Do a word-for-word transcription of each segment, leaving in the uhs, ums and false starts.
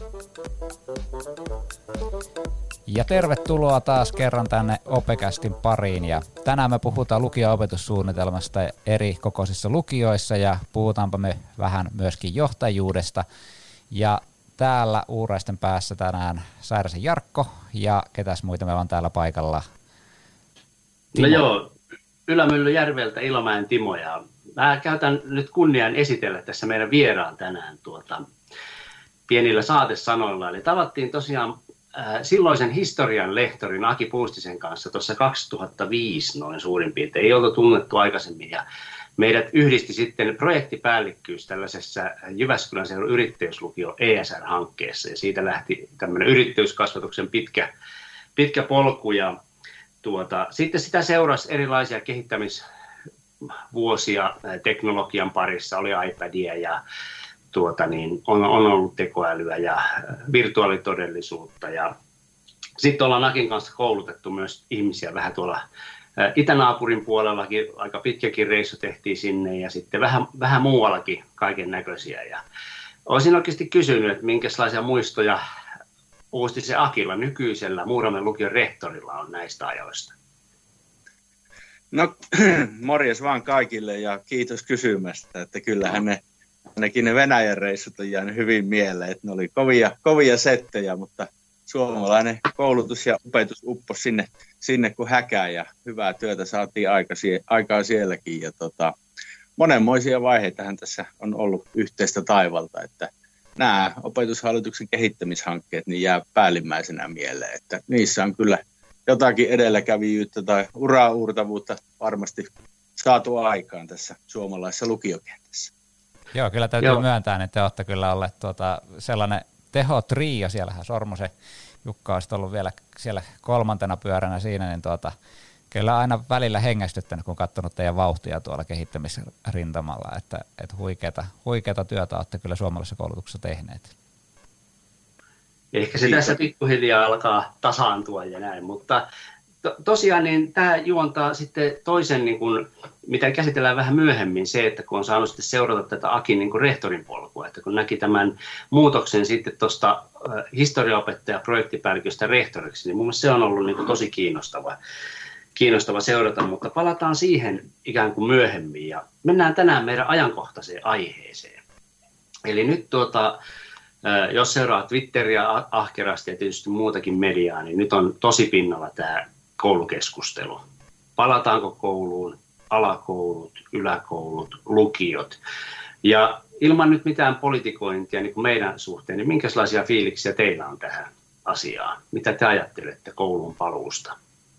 Ja tervetuloa taas kerran tänne Opekästin pariin. Ja tänään me puhutaan lukio-opetussuunnitelmasta eri kokoisissa lukioissa ja puhutaanpa me vähän myöskin johtajuudesta. Ja täällä Uuraisten päässä tänään Sairasen Jarkko ja ketäs muita meillä on täällä paikalla? Timo. No joo, Ylämyllyjärveltä Ilomäen Timo ja mä käytän nyt kunnian esitellä tässä meidän vieraan tänään tuota, pienillä saatesanoilla. Eli tavattiin tosiaan äh, silloisen historian lehtorin Aki Puustisen kanssa tuossa kaksituhattaviisi noin suurin piirtein. Ei oltu tunnettu aikaisemmin ja meidät yhdisti sitten projektipäällikkyys tällaisessa Jyväskylän seudun yrittäjyyslukio E S R-hankkeessa ja siitä lähti tämmöinen yrittäjyyskasvatuksen pitkä, pitkä polku ja tuota, sitten sitä seurasi erilaisia kehittämisvuosia teknologian parissa, oli iPadia ja tuota, niin on, on ollut tekoälyä ja virtuaalitodellisuutta ja sitten ollaan Akin kanssa koulutettu myös ihmisiä vähän tuolla itänaapurin puolellakin, aika pitkäkin reissu tehtiin sinne ja sitten vähän, vähän muuallakin kaiken näköisiä. Ja olisin oikeasti kysynyt, että minkälaisia muistoja Puustisen Akilla nykyisellä Muuramen lukion rehtorilla on näistä ajoista? No morjes vaan kaikille ja kiitos kysymästä, että kyllähän ne, ainakin ne Venäjän reissut on jäänyt hyvin mieleen, että ne oli kovia, kovia settejä, mutta suomalainen koulutus ja opetus upposi sinne, sinne kuin häkää ja hyvää työtä saatiin aika, aikaa sielläkin. Ja tota, monenmoisia vaiheitahan tässä on ollut yhteistä taivalta, että nämä opetushallituksen kehittämishankkeet niin jää päällimmäisenä mieleen, että niissä on kyllä jotakin edelläkävijyyttä tai uraauurtavuutta varmasti saatu aikaan tässä suomalaisessa lukiokentässä. Joo, kyllä täytyy Joo. myöntää, että te olette kyllä olleet tuota, sellainen tehotrio, siellähän Sormusen Jukka olisi ollut vielä siellä kolmantena pyöränä siinä, niin tuota, kyllä aina välillä hengästyttänyt, kun katsonut teidän vauhtia tuolla kehittämisrintamalla, että, että huikeata, huikeata työtä olette kyllä suomalaisessa koulutuksessa tehneet. Ehkä se tässä pikkuhiljaa alkaa tasaantua ja näin, mutta to, tosiaan niin tämä juontaa sitten toisen, niin kuin, mitä käsitellään vähän myöhemmin, se, että kun on saanut sitten seurata tätä Akin niin kuin rehtorin polkua, että kun näki tämän muutoksen sitten tuosta historiaopettaja projektipäälliköstä rehtoriksi, niin mun mielestä se on ollut niin kuin tosi kiinnostava, kiinnostava seurata, mutta palataan siihen ikään kuin myöhemmin ja mennään tänään meidän ajankohtaiseen aiheeseen. Eli nyt tuota, jos seuraa Twitteriä ahkerasti ja tietysti muutakin mediaa, niin nyt on tosi pinnalla tämä koulukeskustelu. Palataanko kouluun, alakoulut, yläkoulut, lukiot. Ja ilman nyt mitään politikointia niin kuin meidän suhteen, niin minkälaisia fiiliksiä teillä on tähän asiaan? Mitä te ajattelette koulun paluusta?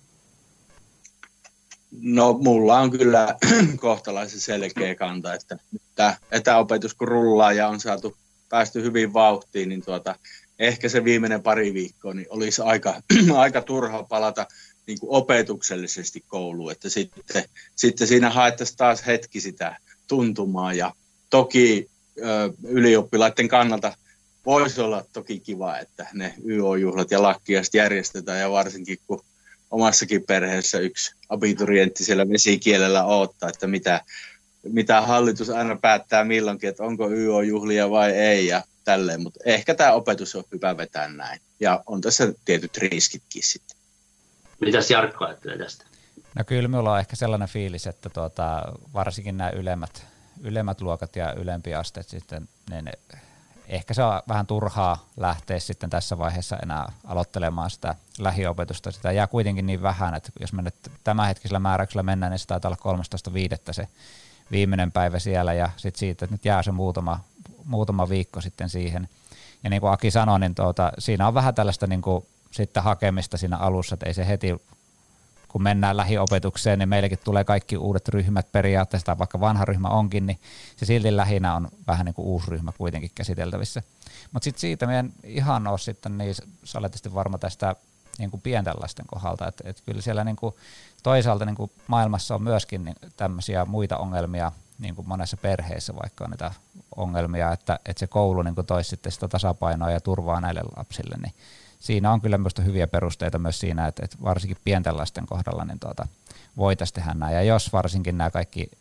No mulla on kyllä kohtalaisen selkeä kanta, että tämä etäopetus kun rullaa ja on saatu päästy hyvin vauhtiin, niin tuota, ehkä se viimeinen pari viikkoa niin olisi aika, aika turha palata niin kuin opetuksellisesti kouluun, että sitten, sitten siinä haettaisiin taas hetki sitä tuntumaa ja toki ö, ylioppilaiden kannalta voisi olla toki kiva, että ne Y O-juhlat ja lakkiaiset järjestetään ja varsinkin kun omassakin perheessä yksi abiturientti siellä vesikielellä odottaa, että mitä mitä hallitus aina päättää milloinkin, että onko Y O-juhlia vai ei ja tälleen, mutta ehkä tämä opetus on hyvä vetää näin. Ja on tässä tietyt riskitkin sitten. Mitäs Jarkko ajattelee tästä? No kyllä minulla on ehkä sellainen fiilis, että tuota, varsinkin nämä ylemmät, ylemmät luokat ja ylempi asteet sitten, niin ehkä se on vähän turhaa lähteä sitten tässä vaiheessa enää aloittelemaan sitä lähiopetusta. Sitä jää kuitenkin niin vähän, että jos me nyt tämänhetkisellä määräyksellä mennään, niin se taitaa olla kolmastoista viidettä se viimeinen päivä siellä ja sitten siitä, että nyt jää se muutama, muutama viikko sitten siihen. Ja niin kuin Aki sanoi, niin tuota, siinä on vähän tällaista niin kuin sitten hakemista siinä alussa, että ei se heti, kun mennään lähiopetukseen, niin meillekin tulee kaikki uudet ryhmät periaatteessa, vaikka vanha ryhmä onkin, niin se silti lähinnä on vähän niin kuin uusi ryhmä kuitenkin käsiteltävissä. Mutta sitten siitä meidän ihan ole sitten niin saletisti varma tästä niin kuin pienten lasten kohdalta, että et kyllä siellä niin kuin toisaalta niin kuin maailmassa on myöskin niin tämmöisiä muita ongelmia, niin kuin monessa perheessä vaikka on niitä ongelmia, että, että se koulu niin kuin toisi sitten sitä tasapainoa ja turvaa näille lapsille, niin siinä on kyllä minusta hyviä perusteita myös siinä, että, että varsinkin pienten lasten kohdalla niin tuota, voitaisiin tehdä näin. Ja jos varsinkin nämä kaikki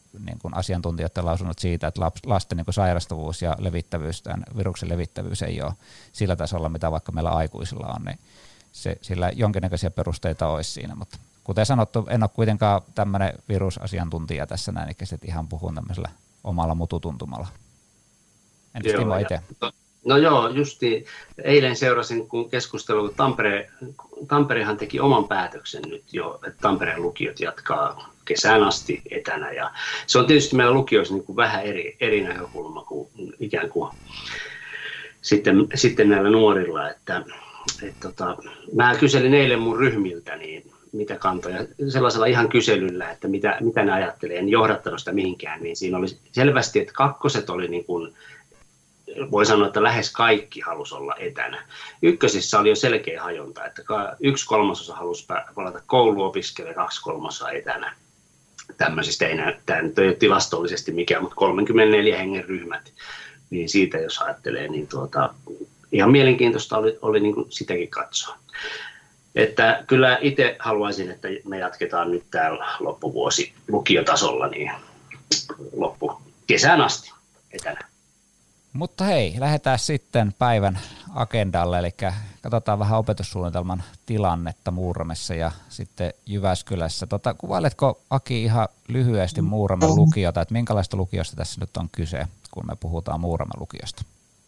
niin kuin asiantuntijoiden lausunnot siitä, että lasten niin kuin sairastavuus ja levittävyys, tämän viruksen levittävyys ei ole sillä tasolla, mitä vaikka meillä aikuisilla on, niin se, sillä jonkinnäköisiä perusteita olisi siinä, mutta kuten sanottu, en ole kuitenkaan tämmöinen virusasiantuntija tässä näin, eikä sitten ihan puhun tämmöisellä omalla mututuntumalla. Entäs Timo itse? No joo, justi eilen seurasin, kun keskustelu, kun Tampere, Tamperehan teki oman päätöksen nyt jo, että Tampereen lukiot jatkaa kesään asti etänä. Ja se on tietysti meillä lukioissa niin kuin vähän eri, eri näkökulma kuin ikään kuin sitten, sitten näillä nuorilla. Että, et tota, mä kyselin eilen mun ryhmiltä, niin mitä kantoja, sellaisella ihan kyselyllä, että mitä, mitä ne ajattelee, en johdattanut sitä mihinkään, niin siinä oli selvästi, että kakkoset oli niin kuin, voi sanoa, että lähes kaikki halusi olla etänä. Ykkösissä oli jo selkeä hajonta, että yksi kolmasosa halusi palata kouluopiskelemaan, kaksi kolmasosaa etänä. Tämmöisistä ei näy, tämä nyt ei ole tilastollisesti mikään, mutta kolmekymmentäneljä hengen ryhmät, niin siitä jos ajattelee, niin tuota, ihan mielenkiintoista oli, oli niin kuin sitäkin katsoa. Että kyllä itse haluaisin, että me jatketaan nyt täällä loppuvuosi lukiotasolla niin loppu kesään asti etänä. Mutta hei, lähdetään sitten päivän agendalle, eli katsotaan vähän opetussuunnitelman tilannetta Muuramessa ja sitten Jyväskylässä. Tota, kuvailetko Aki ihan lyhyesti Muuramen lukiota, että minkälaista lukiosta tässä nyt on kyse, kun me puhutaan Muuramen lukiosta?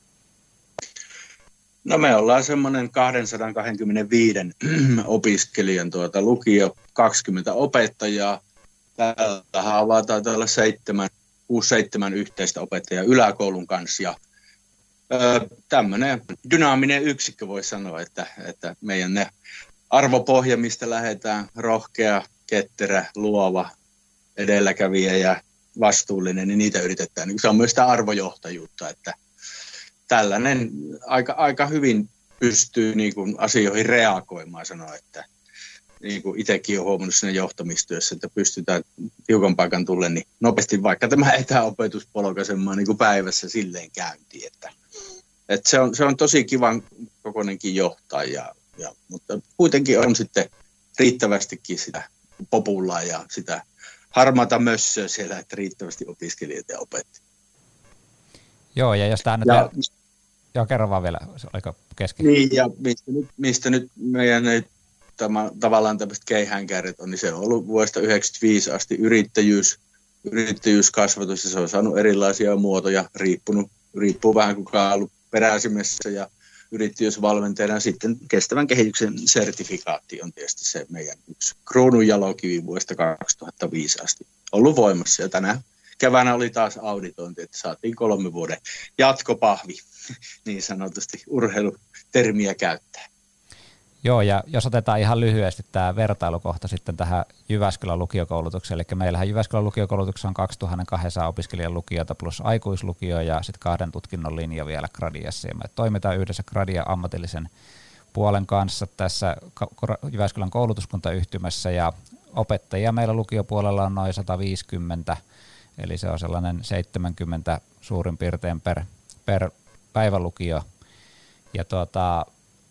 No me ollaan semmoinen kaksisataakaksikymmentäviisi opiskelijan tuota lukio, kaksikymmentä opettajaa. Täällähän avataan täällä seitsemän, kuusi seitsemän yhteistä opettajaa yläkoulun kanssa. Ja, ö, tämmöinen dynaaminen yksikkö voi sanoa, että, että meidän ne arvopohja, mistä lähdetään, rohkea, ketterä, luova, edelläkävijä ja vastuullinen, niin niitä yritetään. Se on myös sitä arvojohtajuutta, että tällainen aika, aika hyvin pystyy niin kuin asioihin reagoimaan, sanoa, että niin kuin itsekin olen huomannut siinä johtamistyössä, että pystytään tiukan paikan tullen niin nopeasti vaikka tämä etäopetus polkaisemaan niin kuin päivässä silleen käyntiin. Että, että se, on, se on tosi kivan kokoinenkin johtaa, ja, ja, mutta kuitenkin on sitten riittävästikin sitä popullaa ja sitä harmaata mössöä siellä, että riittävästi opiskelijoita ja opettajia. Joo, ja jos tämä nyt... Ja, joo, kerro vaan vielä, oliko kesken? Niin, ja mistä nyt, mistä nyt meidän tämä, tavallaan tämmöiset keihäänkärjet on, niin se on ollut vuodesta yhdeksänkymmentäviisi asti yrittäjyys, yrittäjyyskasvatus, ja se on saanut erilaisia muotoja, riippunut, riippuu vähän kuka on ollut peräsimessä ja yrittäjyysvalmentajana. Sitten kestävän kehityksen sertifikaatti on tietysti se meidän yksi kruununjalokivi vuodesta kaksituhattaviisi asti ollut voimassa, ja tänään keväänä oli taas auditointi, että saatiin kolme vuoden jatkopahvi, niin sanotusti urheilutermiä käyttää. Joo, ja jos otetaan ihan lyhyesti tämä vertailukohta sitten tähän Jyväskylän lukiokoulutukseen, eli meillähän Jyväskylän lukiokoulutuksessa on kaksituhattakaksisataa opiskelijan lukiota plus aikuislukio ja sitten kahden tutkinnon linja vielä Gradiassa, ja me toimitaan yhdessä Gradia ammatillisen puolen kanssa tässä Jyväskylän koulutuskuntayhtymässä, ja opettajia meillä lukiopuolella on noin sata viisikymmentä, eli se on sellainen seitsemänkymmentä suurin piirtein per, per päivälukio. Ja tuota,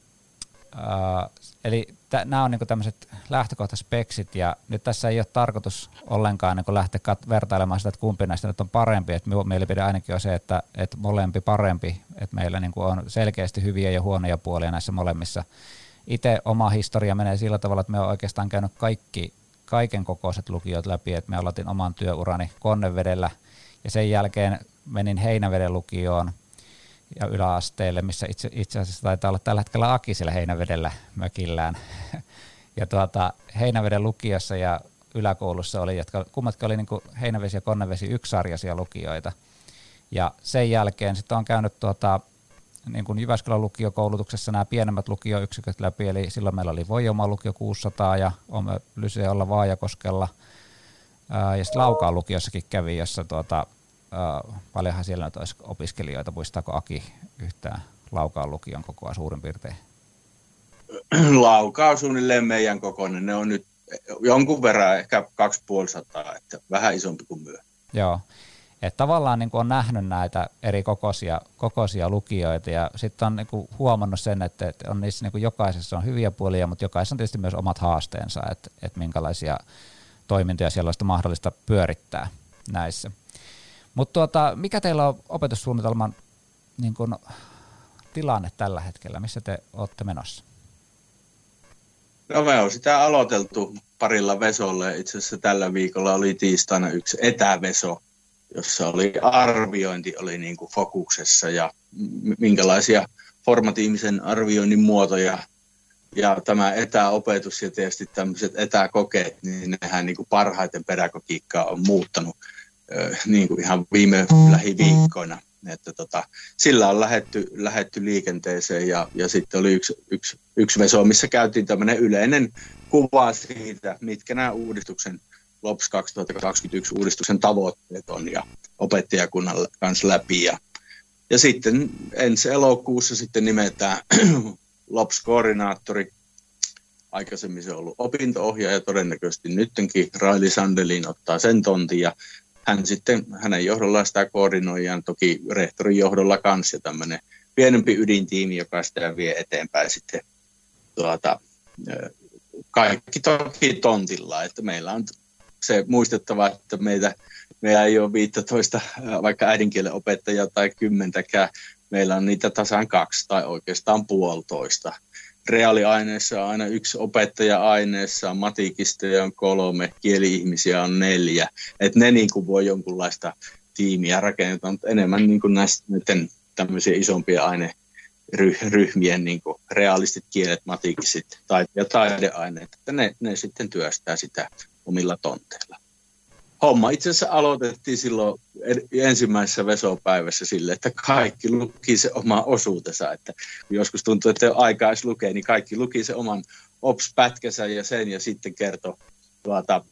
ää, eli t- nämä on niinku tämmöiset lähtökohtaspeksit, ja nyt tässä ei ole tarkoitus ollenkaan niinku lähteä kat- vertailemaan sitä, että kumpi näistä nyt on parempi. Et minun mielipide ainakin on se, että et molempi parempi, että meillä niinku on selkeästi hyviä ja huonoja puolia näissä molemmissa. Itse oma historia menee sillä tavalla, että me on oikeastaan käynyt kaikki kaiken kokoiset lukiot läpi, että me aloitin oman työurani Konnevedellä ja sen jälkeen menin Heinäveden lukioon ja yläasteelle, missä itse, itse asiassa taitaa olla tällä hetkellä Aki siellä Heinävedellä mökillään. Ja tuota, Heinäveden lukiossa ja yläkoulussa oli, jotka kummatkin oli niin kuin Heinävesi ja Konnevesi yksisarjaisia lukioita. Ja sen jälkeen sitten on käynyt tuota, niin kuin Jyväskylän lukiokoulutuksessa nämä pienemmät lukioyksiköt läpi, eli silloin meillä oli Voijoma lukio kuusisataa ja Ome Lyseolla Vaajakoskella, ää, ja sitten Laukaan lukiossakin kävi, jossa tuota, ää, paljonhan siellä nyt olisi opiskelijoita, muistaako Aki yhtään Laukaan lukion kokoa suurin piirtein? Laukaa on suunnilleen meidän kokoinen, ne on nyt jonkun verran ehkä kaksisataaviisikymmentä, että vähän isompi kuin myö. Joo. Että tavallaan niin kuin on nähnyt näitä eri kokoisia, kokoisia lukioita ja sitten on niin kuin huomannut sen, että, että on niissä niin kuin jokaisessa on hyviä puolia, mutta jokaisessa on tietysti myös omat haasteensa, että, että minkälaisia toimintoja siellä on mahdollista pyörittää. näissä. Mutta tuota, mikä teillä on opetussuunnitelman niin kun, tilanne tällä hetkellä? Missä te olette menossa? No me on sitä aloiteltu parilla vesolla. Itse asiassa tällä viikolla oli tiistaina yksi etäveso, jossa oli arviointi oli niin kuin fokuksessa ja minkälaisia formatiivisen arvioinnin muotoja ja tämä etäopetus ja tietysti tämmöiset etäkokeet, niin nehän niin kuin parhaiten pedagogiikkaa on muuttanut niin kuin ihan viime lähiviikkoina. Että tota, sillä on lähetty, lähetty liikenteeseen ja, ja sitten oli yksi, yksi, yksi veso, missä käytiin tämmöinen yleinen kuva siitä, mitkä nämä uudistuksen LOPS kaksituhattakaksikymmentäyksi uudistuksen tavoitteet on ja opettajakunnan kanssa läpi. Ja, ja sitten ensi elokuussa sitten nimetään LOPS-koordinaattori. Aikaisemmin se on ollut opinto-ohjaaja, todennäköisesti nyttenkin Raili Sandelin ottaa sen tontin ja hän sitten, hänen johdollaan sitä koordinoidaan, toki rehtorin johdolla kanssa ja tämmöinen pienempi ydintiimi, joka sitä vie eteenpäin sitten tuota, kaikki toki tontilla, että meillä on se muistettava, että meitä, meillä ei ole viisitoista vaikka äidinkielen opettajaa tai kymmentäkään, meillä on niitä tasan kaksi tai oikeastaan puolitoista. Reaaliaineissa on aina yksi opettaja aineessa, matikista on kolme, kieli-ihmisiä on neljä. Että ne niin kuin voi jonkunlaista tiimiä rakentaa, mutta enemmän niin kuin näistä tämmöisiä isompia aineryhmien niin kuin realistit kielet, matikisit ja taideaineet, että ne, ne sitten työstää sitä omilla tonteilla. Homma itse asiassa aloitettiin silloin ensimmäisessä vesopäivässä sille, että kaikki luki se oma osuutensa. Että joskus tuntuu, että ei ole aikaa edes lukea, niin kaikki luki se oman ops-pätkänsä ja sen ja sitten kertoi tuota,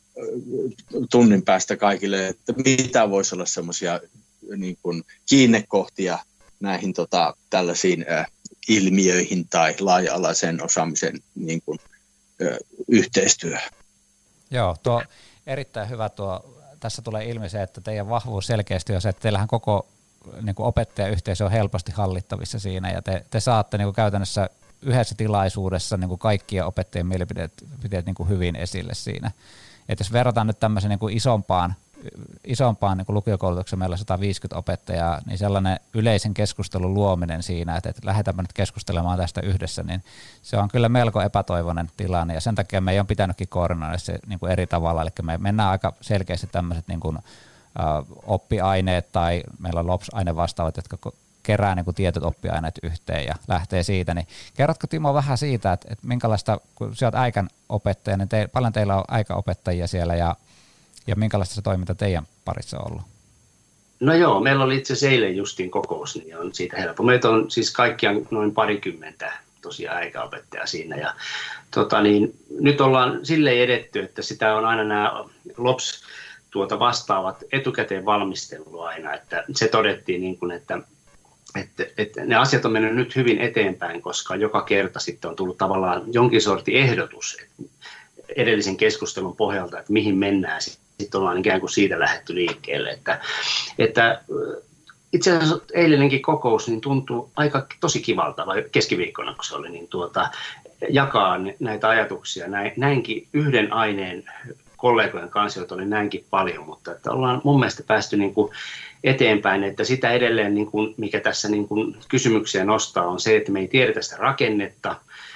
tunnin päästä kaikille, että mitä voisi olla semmoisia niin kuin kiinnekohtia näihin tota, tällaisiin äh, ilmiöihin tai laaja-alaisen osaamisen niin kuin, äh, yhteistyöhön. Joo, tuo erittäin hyvä tuo. Tässä tulee ilmi se, että teidän vahvuus selkeästi on se, että teillähän koko niin kuin opettajayhteisö on helposti hallittavissa siinä ja te, te saatte niin kuin käytännössä yhdessä tilaisuudessa niin kuin kaikkien opettajien mielipiteet niin kuin hyvin esille siinä. Et jos verrataan nyt tämmöisen niin kuin isompaan, isompaan niin kuin lukiokoulutuksessa meillä on sata viisikymmentä opettajaa, niin sellainen yleisen keskustelun luominen siinä, että, että lähdetään nyt keskustelemaan tästä yhdessä, niin se on kyllä melko epätoivoinen tilanne ja sen takia meidän on pitänytkin koordinoida se niin kuin eri tavalla, eli me mennään aika selkeästi tämmöiset niin kuin, uh, oppiaineet tai meillä on LOPS-aine vastaavat, jotka kerää niin kuin tietyt oppiaineet yhteen ja lähtee siitä, niin kerrotko Timo vähän siitä, että, että minkälaista, kun sä oot äikän opettaja, niin te, paljon teillä on aikaopettajia siellä ja Ja minkälaista se toiminta teidän parissa on ollut? No joo, meillä oli itse asiassa eilen justiin kokous, niin on siitä helppo. Meitä on siis kaikkiaan noin parikymmentä tosiaan aikaopettajaa siinä. Ja, tota niin, nyt ollaan silleen edetty, että sitä on aina nämä LOPS tuota vastaavat etukäteen valmistelua aina. Että se todettiin, niin kuin, että, että, että ne asiat on mennyt nyt hyvin eteenpäin, koska joka kerta sitten on tullut tavallaan jonkin sortin ehdotus edellisen keskustelun pohjalta, että mihin mennään sitten. Sitten ollaan ikään kuin siitä lähdetty liikkeelle. Että, että itse asiassa eilinenkin kokous niin tuntuu aika tosi kivalta, vai keskiviikkona kun se oli, niin tuota, jakaa näitä ajatuksia näinkin yhden aineen kollegojen kanssa, joita oli näinkin paljon, mutta että ollaan mun mielestä päästy niin kuin eteenpäin, että sitä edelleen, niin kuin, mikä tässä niin kuin kysymyksiä nostaa, on se, että me ei tiedetä sitä rakennetta,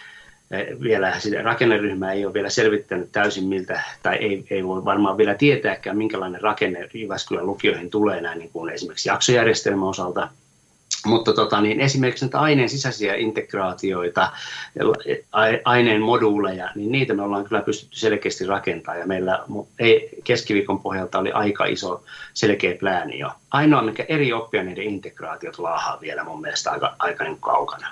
vielä sitä rakenneryhmää ei ole vielä selvittänyt täysin miltä, tai ei, ei voi varmaan vielä tietääkään, minkälainen rakenne Jyväskylän lukioihin tulee näin niin kuin esimerkiksi jaksojärjestelmän osalta. Mutta tota, niin esimerkiksi näitä aineen sisäisiä integraatioita, aineen moduuleja, niin niitä me ollaan kyllä pystytty selkeästi rakentamaan. Ja meillä ei, keskiviikon pohjalta oli aika iso selkeä plääni jo. Ainoa, mikä eri oppiaineiden integraatiot laahaa vielä mun mielestä aika, aika niin kaukana.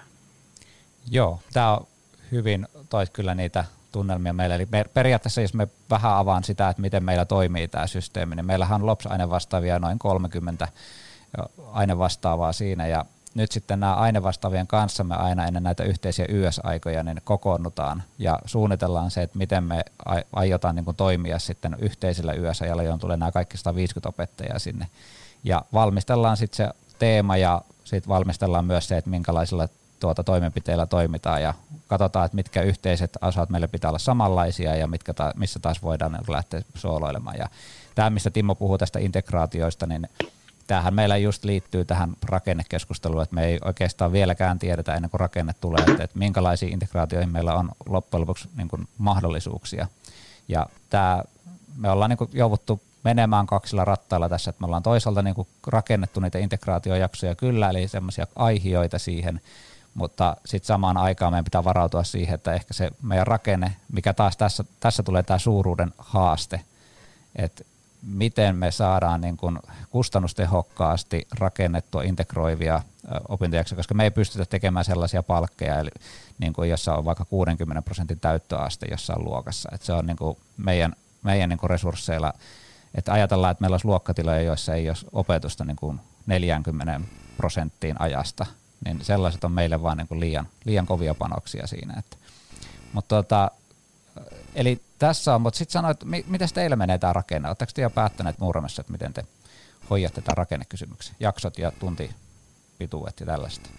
Joo, tämä on hyvin toit kyllä niitä tunnelmia meille. Eli periaatteessa jos me vähän avaan sitä, että miten meillä toimii tämä systeemi, niin meillähän on LOPS-ainevastaavia noin kolmekymmentä ainevastaavaa siinä, ja nyt sitten nämä ainevastaavien kanssa me aina ennen näitä yhteisiä Y S-aikoja niin kokoonnutaan ja suunnitellaan se, että miten me aiotaan niin kuin toimia sitten yhteisellä Y S-ajalla, johon tulee nämä kaikki sata viisikymmentä opettajaa sinne. Ja valmistellaan sitten se teema ja sitten valmistellaan myös se, että minkälaisilla tuota toimenpiteillä toimitaan ja katsotaan, että mitkä yhteiset osat meillä pitää olla samanlaisia ja mitkä ta- missä taas voidaan lähteä sooloilemaan. Ja tämä, mistä Timo puhuu tästä integraatioista, niin tämähän meillä just liittyy tähän rakennekeskusteluun, että me ei oikeastaan vieläkään tiedetä ennen kuin rakenne tulee, että, että minkälaisiin integraatioihin meillä on loppujen lopuksi niin kuin mahdollisuuksia. Ja tämä, me ollaan niin kuin jouduttu menemään kaksilla rattailla tässä, että me ollaan toisaalta niin kuin rakennettu niitä integraatiojaksoja kyllä, eli semmoisia aihioita siihen, mutta sitten samaan aikaan meidän pitää varautua siihen, että ehkä se meidän rakenne, mikä taas tässä, tässä tulee tämä suuruuden haaste, että miten me saadaan niin kuin kustannustehokkaasti rakennettua integroivia opintojaksoja, koska me ei pystytä tekemään sellaisia palkkeja, eli niin kuin jossa on vaikka kuudenkymmenen prosentin täyttöaste jossain luokassa, että se on niin kuin meidän, meidän niin kuin resursseilla, että ajatellaan, että meillä olisi luokkatiloja, joissa ei ole opetusta niin kuin neljäänkymmeneen prosenttiin ajasta, niin sellaiset on meille vaan niin kuin liian, liian kovia panoksia siinä. Että. Mutta tota, eli tässä on, mutta sitten sanoit, että mi- miten teillä menee tämä rakenne? Oletteko te jo päättäneet Muuramessa, että miten te hoidatte tämän rakennekysymyksen? Jaksot ja tuntipituudet ja tällaista?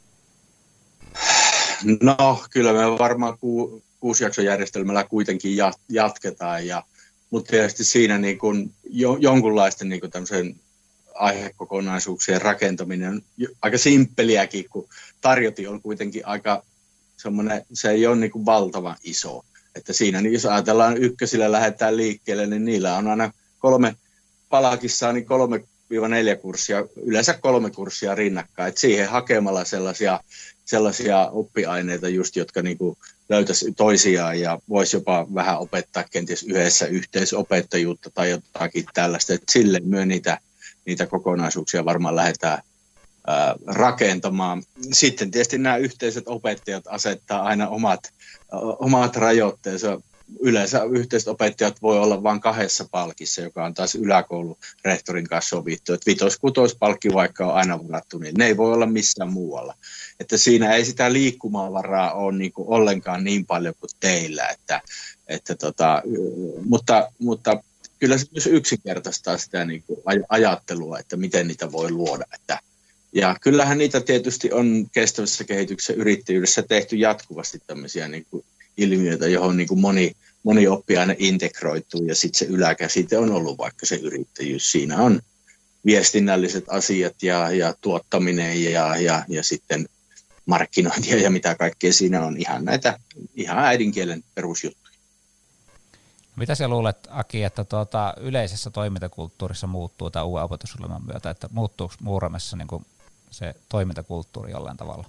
No, kyllä me varmaan ku, kuusi jaksojärjestelmällä kuitenkin jat, jatketaan, ja, mutta tietysti siinä niin kun jo, jonkunlaisten niin kun tämmöisen aihekokonaisuuksien rakentaminen on aika simppeliäkin, kun tarjoti on kuitenkin aika semmoinen, se ei ole niin kuin valtavan iso. Että siinä, niin jos ajatellaan ykkösillä lähdetään liikkeelle, niin niillä on aina kolme palakissaan, niin kolme neljä kurssia, yleensä kolme kurssia rinnakkain. Et siihen hakemalla sellaisia, sellaisia oppiaineita just, jotka niin kuin löytäisi toisiaan ja voisi jopa vähän opettaa kenties yhdessä yhteisopettajuutta tai jotakin tällaista. Et silleen myö niitä, niitä kokonaisuuksia varmaan lähdetään ää, rakentamaan. Sitten tietysti nämä yhteiset opettajat asettaa aina omat, omat rajoitteensa. Yleensä yhteiset opettajat voi olla vain kahdessa palkissa, joka on taas yläkoulurehtorin kanssa sovittu. Että vitos-kutospalkki vaikka on aina varattu, niin ne ei voi olla missään muualla. Että siinä ei sitä liikkumavaraa ole niin kuin ollenkaan niin paljon kuin teillä. Että, että tota, mutta, mutta kyllä se myös yksinkertaistaa sitä niin kuin ajattelua, että miten niitä voi luoda. Että, ja kyllähän niitä tietysti on kestävässä kehityksessä yrittäjyydessä tehty jatkuvasti tämmöisiä niin kuin ilmiöitä, johon niin kuin moni, moni oppiaine integroituu, ja sitten se yläkäsite on ollut vaikka se yrittäjyys. Siinä on viestinnälliset asiat ja, ja tuottaminen ja, ja, ja sitten markkinointia ja mitä kaikkea siinä on, ihan näitä ihan äidinkielen perusjuttuja. Mitä sä luulet, Aki, että tuota, yleisessä toimintakulttuurissa muuttuu tämän uuden opetusohjelman myötä, että muuttuuko Muuramessa niin kuin se toimintakulttuuri jollain tavalla?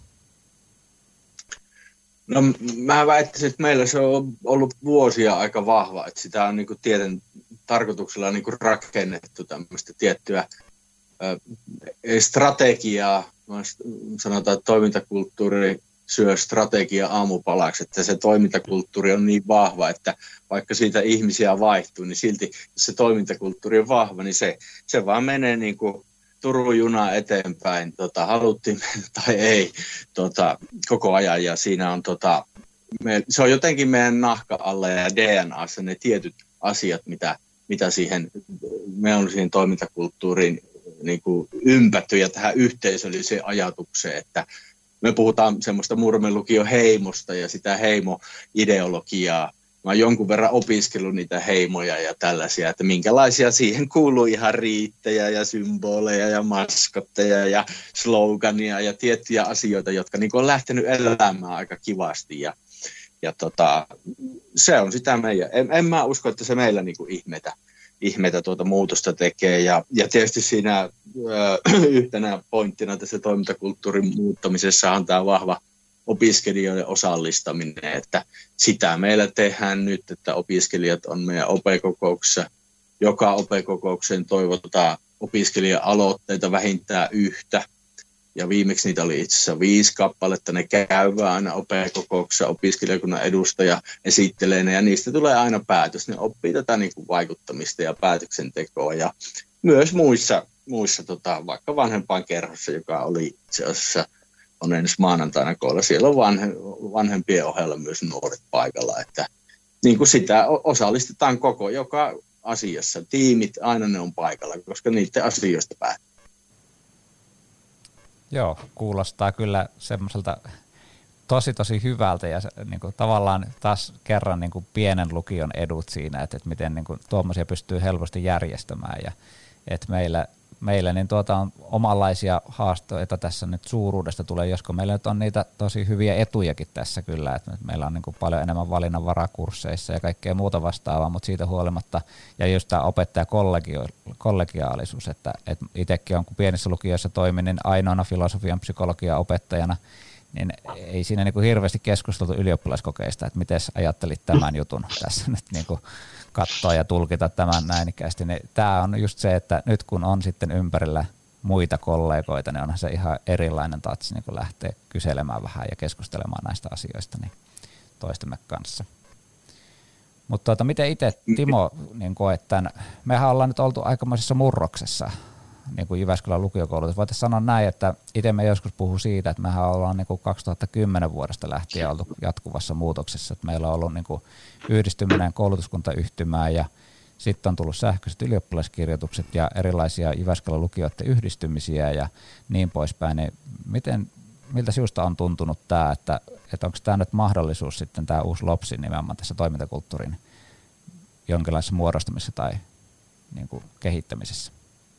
No mä väittäisin, että meillä se on ollut vuosia aika vahva, että sitä on niin kuin tieten tarkoituksella niin kuin rakennettu tämmöistä tiettyä ä, strategiaa, sanotaan, että toimintakulttuuri syö strategia aamupalaksi, että se toimintakulttuuri on niin vahva, että vaikka siitä ihmisiä vaihtuu, niin silti jos se toimintakulttuuri on vahva, niin se, se vaan menee niin kuin Turun juna eteenpäin, tota, haluttiin tai ei, tota, koko ajan, ja siinä on, tota, me, se on jotenkin meidän nahka alla ja D N A:ssa ne tietyt asiat, mitä, mitä siihen, me on siihen toimintakulttuuriin niin kuin ympätty ja tähän yhteisölliseen ajatukseen, että me puhutaan semmoista Muuramen lukion heimosta ja sitä heimoideologiaa. Mä oon jonkun verran opiskellut niitä heimoja ja tällaisia, että minkälaisia siihen kuuluu ihan riittejä ja symboleja ja maskotteja ja slogania ja tiettyjä asioita, jotka niin on lähtenyt elämään aika kivasti. Ja, ja tota, se on sitä meidän. En, en mä usko, että se meillä niin kuin ihmetä, ihmetä tuota muutosta tekee. Ja, ja tietysti siinä ö, yhtenä pointtina tässä toimintakulttuurin muuttamisessa on tämä vahva opiskelijoiden osallistaminen, että sitä meillä tehdään nyt, että opiskelijat on meidän O P-kokouksessa. Joka O P-kokoukseen toivotetaan opiskelija-aloitteita vähintään yhtä, ja viimeksi niitä oli itse asiassa viisi kappaletta, ne käyvää aina O P-kokouksessa, opiskelijakunnan edustaja esittelee ne, ja niistä tulee aina päätös. Ne oppii tätä niin kuin vaikuttamista ja päätöksentekoa, ja myös muissa, muissa tota, vaikka vanhempainkerhossa, joka oli itse asiassa on ensi maanantaina koolla. Siellä on vanhe, vanhempien ohella myös nuoret paikalla, että niin kuin sitä osallistetaan koko joka asiassa. Tiimit, aina ne on paikalla, koska niiden asioista päättää. Joo, kuulostaa kyllä semmoiselta tosi tosi hyvältä ja niin kuin, tavallaan taas kerran niin kuin pienen lukion edut siinä, että, että miten niin kuin, tuommoisia pystyy helposti järjestämään ja että meillä, meillä niin tuota on omanlaisia haasteita tässä nyt suuruudesta tulee, josko meillä nyt on niitä tosi hyviä etujakin tässä kyllä, että meillä on niin kuin paljon enemmän valinnanvaraa kursseissa ja kaikkea muuta vastaavaa, mutta siitä huolimatta ja just tämä opettajakollegiaalisuus, että, että itsekin on kun pienissä lukioissa toimin, niin ainoana filosofian psykologian opettajana niin ei siinä niin kuin hirveästi keskusteltu ylioppilaskokeista, että miten ajattelit tämän jutun tässä nyt niin kuin katsoa ja tulkita tämän näinikäisesti. Niin tämä on just se, että nyt kun on sitten ympärillä muita kollegoita, niin onhan se ihan erilainen tatsi niin kuin lähteä kyselemään vähän ja keskustelemaan näistä asioista niin toistemme kanssa. Mutta tuota, miten itse Timo niin koet tämän? Mehän ollaan nyt oltu aikamoisessa murroksessa niin kuin Jyväskylän lukiokoulutus. Voitaisiin sanoa näin, että itse me joskus puhuu siitä, että mehän ollaan niin kuin kaksituhattakymmenen vuodesta lähtien oltu jatkuvassa muutoksessa. Että meillä on ollut niin kuin yhdistyminen koulutuskuntayhtymään ja sitten on tullut sähköiset ylioppilaskirjoitukset ja erilaisia Jyväskylän lukioiden yhdistymisiä ja niin poispäin. Niin miten, miltä sinusta on tuntunut tämä, että, että onko tämä nyt mahdollisuus sitten tämä uusi LOPSi nimenomaan tässä toimintakulttuurin jonkinlaisessa muodostamisessa tai niin kuin kehittämisessä?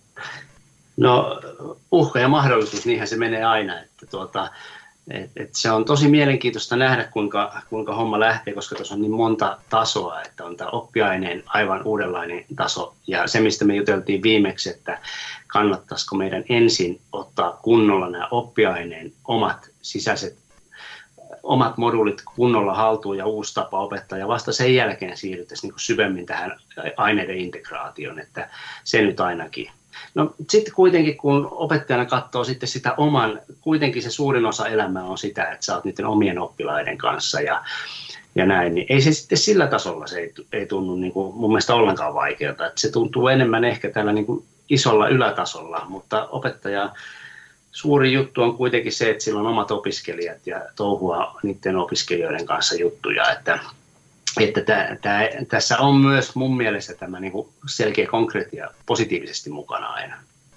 No uhka ja mahdollisuus, niinhän se menee aina. Että tuota, et, et se on tosi mielenkiintoista nähdä, kuinka, kuinka homma lähtee, koska tuossa on niin monta tasoa, että on tämä oppiaineen aivan uudenlainen taso. Ja se, mistä me juteltiin viimeksi, että kannattaisiko meidän ensin ottaa kunnolla nämä oppiaineen omat sisäiset, omat moduulit kunnolla haltuun ja uusi tapa opettaa, ja vasta sen jälkeen siirryttäisiin niin kuin syvemmin tähän aineiden integraatioon, että se nyt ainakin. No sitten kuitenkin, kun opettajana katsoo sitten sitä oman, kuitenkin se suurin osa elämää on sitä, että sä oot niiden omien oppilaiden kanssa ja, ja näin, niin ei se sitten sillä tasolla se ei, ei tunnu niin kuin mun mielestä ollenkaan vaikealta, että se tuntuu enemmän ehkä tällä niin kuin isolla ylätasolla, mutta opettaja suuri juttu on kuitenkin se, että sillä on omat opiskelijat ja touhua niiden opiskelijoiden kanssa juttuja, että Että tää, tää, tässä on myös mun mielestä tämä niinku selkeä konkreettia positiivisesti mukana aina.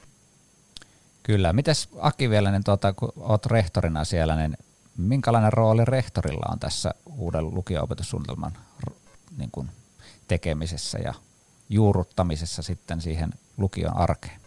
Kyllä. Mites Aki vielä, niin tuota, kun olet rehtorina siellä, niin minkälainen rooli rehtorilla on tässä uuden lukio-opetussuunnitelman niin kuin tekemisessä ja juurruttamisessa sitten siihen lukion arkeen?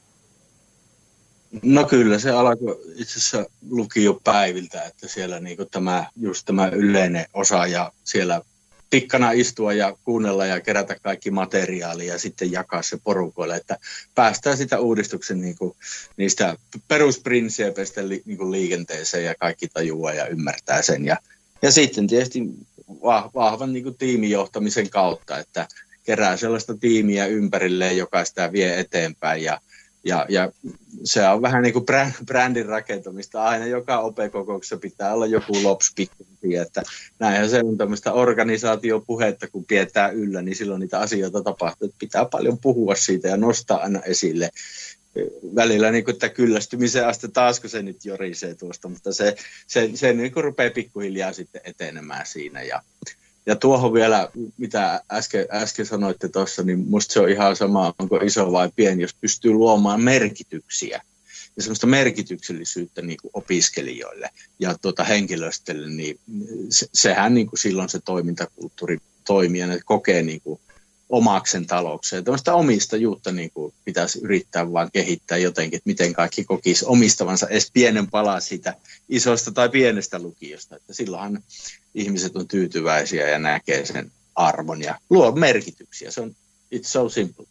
No kyllä, se alkoi itse asiassa lukiopäiviltä, että siellä niinku tämä, just tämä yleinen osa ja siellä pikkana istua ja kuunnella ja kerätä kaikki materiaalia ja sitten jakaa se porukoille, että päästään sitä uudistuksen niin kuin, niistä perusprinsiipeistä li, niin kuin liikenteeseen ja kaikki tajuaa ja ymmärtää sen. Ja, ja sitten tietysti vahvan niin kuin tiimijohtamisen kautta, että kerää sellaista tiimiä ympärilleen, joka sitä vie eteenpäin ja Ja, ja se on vähän niin kuin brändin rakentamista. Aina joka O P-kokouksessa pitää olla joku LOPS-pikkusia, että näinhän se on tämmöistä organisaatiopuhetta, kun pidetään yllä, niin silloin niitä asioita tapahtuu. Että pitää paljon puhua siitä ja nostaa aina esille. Välillä niin kuin, että kyllästymisen aste taas, kun se nyt jorisee tuosta, mutta se, se, se niin kuin rupeaa pikkuhiljaa sitten etenemään siinä. Ja, ja tuohon vielä, mitä äsken, äsken sanoitte tuossa, niin musta se on ihan sama, onko iso vai pieni, jos pystyy luomaan merkityksiä ja semmoista merkityksellisyyttä niin kuin opiskelijoille ja tuota henkilöstölle, niin se, sehän niin kuin silloin se toimintakulttuuri toimii ja ne kokee niin kuin omaksen taloukseen. Tällaista omistajuutta niin kuin pitäisi yrittää vaan kehittää jotenkin, että miten kaikki kokisi omistavansa edes pienen palaa siitä isosta tai pienestä lukiosta. Että silloinhan ihmiset on tyytyväisiä ja näkee sen arvon ja luo merkityksiä. Se on it's so simple.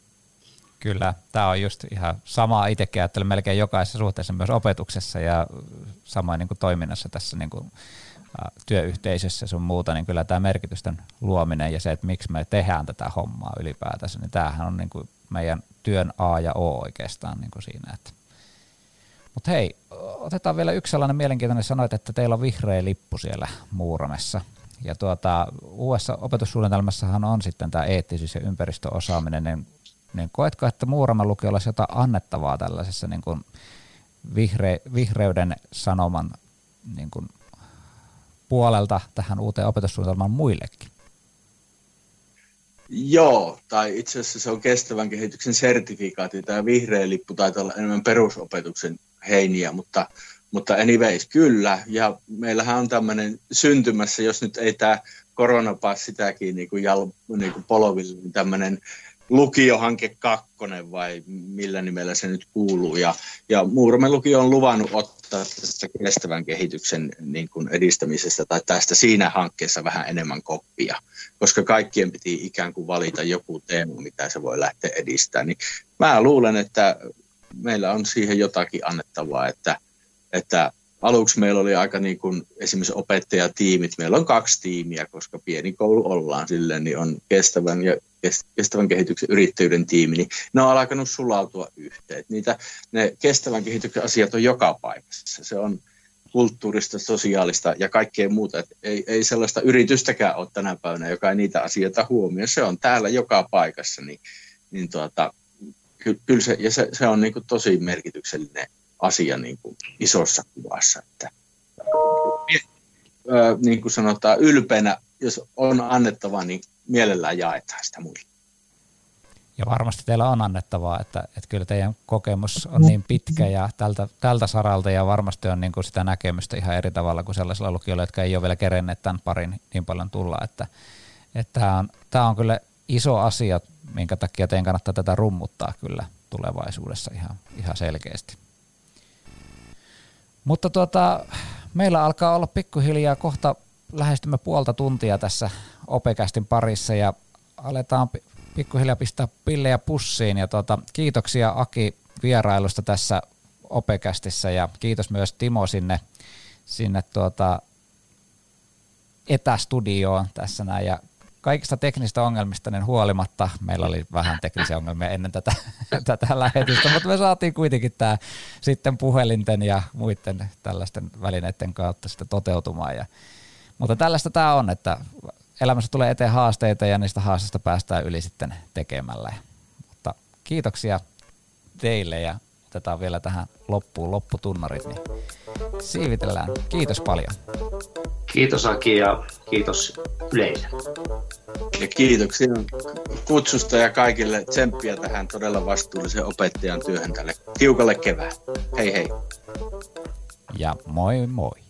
Kyllä, tämä on just ihan samaa itsekin ajattelen melkein jokaisessa suhteessa myös opetuksessa ja samoin niin kuin toiminnassa tässä niin kuin työyhteisössä sun muuta, niin kyllä tämä merkitysten luominen ja se, että miksi me tehdään tätä hommaa ylipäätänsä, niin tämähän on niin kuin meidän työn A ja O oikeastaan niin kuin siinä. Mutta hei, otetaan vielä yksi sellainen mielenkiintoinen, sanoit, että teillä on vihreä lippu siellä Muuramessa. Ja tuota, uudessa opetussuunnitelmassahan on sitten tämä eettisyys ja ympäristöosaaminen, niin, niin koetko, että Muuramen lukiolla olisi jotain annettavaa tällaisessa niin kuin vihre, vihreyden sanoman niin kuin puolelta tähän uuteen opetussuunnitelmaan muillekin? Joo, tai itse asiassa se on kestävän kehityksen sertifikaatti. Tämä vihreä lippu taitaa olla enemmän perusopetuksen heiniä, mutta, mutta anyways, kyllä. Ja meillähän on tämmöinen syntymässä, jos nyt ei tämä koronapassi sitäkin niin kuin jal, niin kuin polville, niin tämmöinen lukiohanke kakkonen vai millä nimellä se nyt kuuluu. Ja, ja Muurame lukio on luvannut ottaa tästä kestävän kehityksen niin kuin edistämisestä tai tästä siinä hankkeessa vähän enemmän koppia, koska kaikkien piti ikään kuin valita joku teema, mitä se voi lähteä edistämään. Niin mä luulen, että meillä on siihen jotakin annettavaa, että, että aluksi meillä oli aika niin kuin esimerkiksi opettajatiimit. Meillä on kaksi tiimiä, koska pieni koulu ollaan silleen, niin on kestävän ja kestävän kehityksen yrittäjyyden tiimi, niin ne on alkanut sulautua yhteen. Niitä, ne kestävän kehityksen asiat on joka paikassa. Se on kulttuurista, sosiaalista ja kaikkea muuta. Et ei, ei sellaista yritystäkään ole tänä päivänä, joka ei niitä asioita huomioi. Se on täällä joka paikassa. Niin, niin tuota, ky, kyllä se, ja se, se on niin kuin tosi merkityksellinen asia niin kuin isossa kuvassa. Että, ää, niin kuin sanotaan, ylpeänä, jos on annettava, niin mielellään jaetaan sitä muille. Ja varmasti teillä on annettavaa, että, että kyllä teidän kokemus on niin pitkä ja tältä, tältä saralta ja varmasti on niin kuin sitä näkemystä ihan eri tavalla kuin sellaisilla lukioilla, jotka ei ole vielä kerenneet tämän parin niin paljon tulla. Että, että tämä, on, tämä on kyllä iso asia, minkä takia teidän kannattaa tätä rummuttaa kyllä tulevaisuudessa ihan, ihan selkeästi. Mutta tuota, meillä alkaa olla pikkuhiljaa kohta lähestymme puolta tuntia tässä Opekästin parissa ja aletaan pikkuhiljaa pistää pillejä pussiin. Ja tuota, kiitoksia Aki vierailusta tässä Opekästissä ja kiitos myös Timo sinne, sinne tuota etästudioon tässä näin. Ja kaikista teknisistä ongelmista niin huolimatta, meillä oli vähän teknisiä ongelmia ennen tätä, tätä lähetystä, mutta me saatiin kuitenkin tämä sitten puhelinten ja muiden tällaisten välineiden kautta sitten toteutumaan. Ja mutta tällaista tämä on, että elämässä tulee eteen haasteita ja niistä haasteista päästään yli sitten tekemällä. Mutta kiitoksia teille ja otetaan vielä tähän loppuun lopputunnarit, niin siivitellään. Kiitos paljon. Kiitos Aki ja kiitos yleisö. Ja kiitoksia kutsusta ja kaikille tsemppiä tähän todella vastuullisen opettajan työhön tälle tiukalle kevään. Hei hei. Ja moi moi.